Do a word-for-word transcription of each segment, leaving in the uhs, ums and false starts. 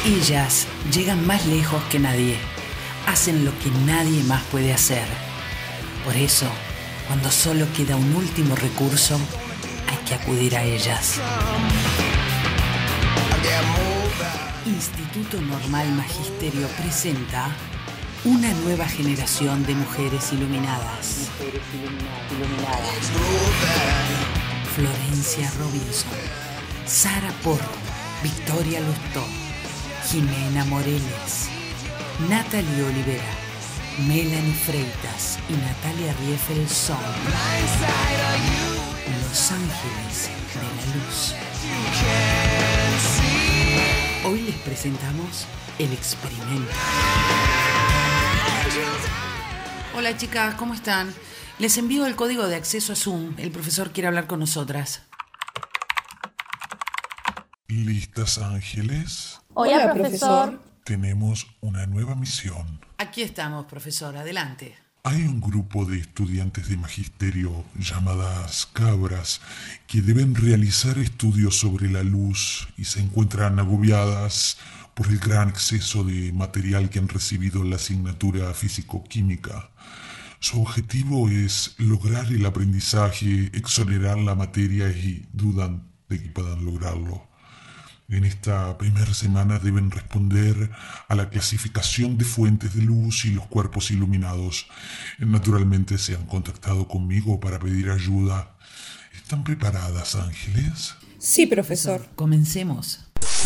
Ellas llegan más lejos que nadie, hacen lo que nadie más puede hacer. Por eso, cuando solo queda un último recurso, hay que acudir a ellas. Instituto Normal Magisterio presenta una nueva generación de mujeres iluminadas. Mujeres iluminadas. Florencia Robinson, Sara Porro, Victoria Lustó, Jimena Moreles, Natalie Olivera, Melanie Freitas y Natalia Rieffel son Los Ángeles de la Luz. Hoy les presentamos el experimento. Hola chicas, ¿cómo están? Les envío el código de acceso a Zoom. El profesor quiere hablar con nosotras. ¿Listas, Ángeles? Hola, Hola profesor. Tenemos una nueva misión. Aquí estamos, profesor. Adelante. Hay un grupo de estudiantes de magisterio llamadas cabras que deben realizar estudios sobre la luz y se encuentran agobiadas por el gran exceso de material que han recibido en la asignatura físico-química. Su objetivo es lograr el aprendizaje, exonerar la materia y dudan de que puedan lograrlo. En esta primera semana deben responder a la clasificación de fuentes de luz y los cuerpos iluminados. Naturalmente se han contactado conmigo para pedir ayuda. ¿Están preparadas, Ángeles? Sí, profesor. Comencemos.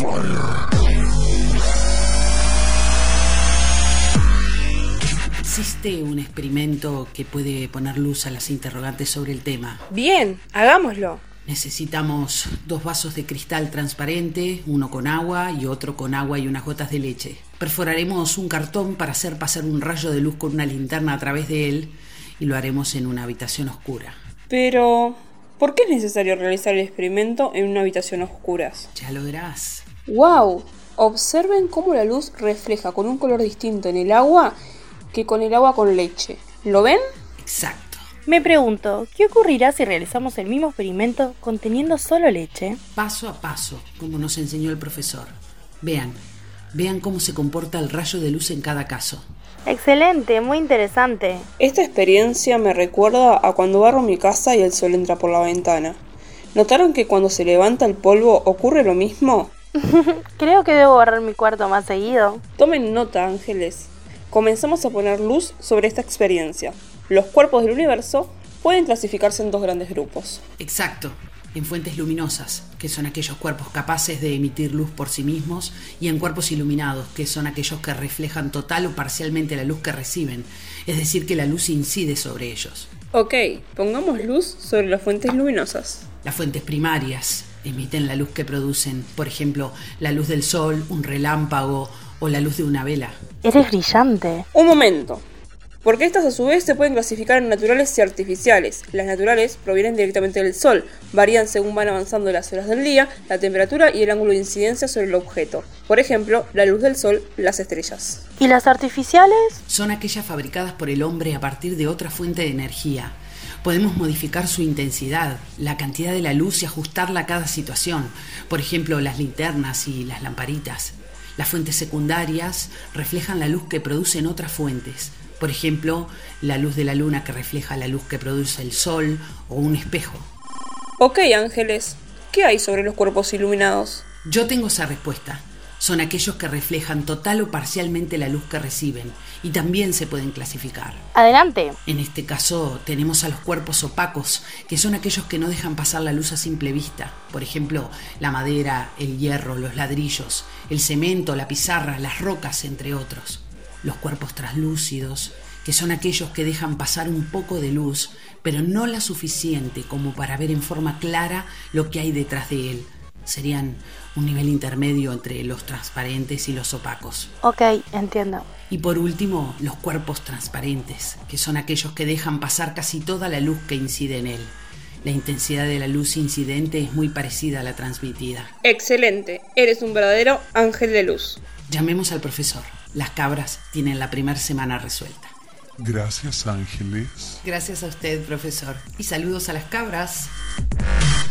Existe un experimento que puede poner luz a las interrogantes sobre el tema. Bien, hagámoslo. Necesitamos dos vasos de cristal transparente, uno con agua y otro con agua y unas gotas de leche. Perforaremos un cartón para hacer pasar un rayo de luz con una linterna a través de él y lo haremos en una habitación oscura. Pero, ¿por qué es necesario realizar el experimento en una habitación oscura? Ya lo verás. ¡Wow! Observen cómo la luz refleja con un color distinto en el agua que con el agua con leche. ¿Lo ven? Exacto. Me pregunto, ¿qué ocurrirá si realizamos el mismo experimento conteniendo solo leche? Paso a paso, como nos enseñó el profesor. Vean, vean cómo se comporta el rayo de luz en cada caso. Excelente, muy interesante. Esta experiencia me recuerda a cuando barro mi casa y el sol entra por la ventana. ¿Notaron que cuando se levanta el polvo ocurre lo mismo? Creo que debo barrer mi cuarto más seguido. Tomen nota, ángeles. Comenzamos a poner luz sobre esta experiencia. Los cuerpos del universo pueden clasificarse en dos grandes grupos. Exacto, en fuentes luminosas, que son aquellos cuerpos capaces de emitir luz por sí mismos, y en cuerpos iluminados, que son aquellos que reflejan total o parcialmente la luz que reciben, es decir, que la luz incide sobre ellos. Ok, pongamos luz sobre las fuentes luminosas. Las fuentes primarias emiten la luz que producen, por ejemplo, la luz del sol, un relámpago o la luz de una vela. Eres brillante. Un momento. Porque estas a su vez se pueden clasificar en naturales y artificiales. Las naturales provienen directamente del sol, varían según van avanzando las horas del día, la temperatura y el ángulo de incidencia sobre el objeto. Por ejemplo, la luz del sol, las estrellas. ¿Y las artificiales? Son aquellas fabricadas por el hombre a partir de otra fuente de energía. Podemos modificar su intensidad, la cantidad de la luz y ajustarla a cada situación. Por ejemplo, las linternas y las lamparitas. Las fuentes secundarias reflejan la luz que producen otras fuentes. Por ejemplo, la luz de la luna que refleja la luz que produce el sol o un espejo. Ok, Ángeles, ¿qué hay sobre los cuerpos iluminados? Yo tengo esa respuesta. Son aquellos que reflejan total o parcialmente la luz que reciben y también se pueden clasificar. Adelante. En este caso tenemos a los cuerpos opacos, que son aquellos que no dejan pasar la luz a simple vista. Por ejemplo, la madera, el hierro, los ladrillos, el cemento, la pizarra, las rocas, entre otros. Los cuerpos translúcidos, que son aquellos que dejan pasar un poco de luz, pero no la suficiente como para ver en forma clara lo que hay detrás de él. Serían un nivel intermedio entre los transparentes y los opacos. Ok, entiendo. Y por último, los cuerpos transparentes, que son aquellos que dejan pasar casi toda la luz que incide en él. La intensidad de la luz incidente es muy parecida a la transmitida. Excelente, eres un verdadero ángel de luz. Llamemos al profesor. Las cabras tienen la primera semana resuelta. Gracias, Ángeles. Gracias a usted, profesor. Y saludos a las cabras.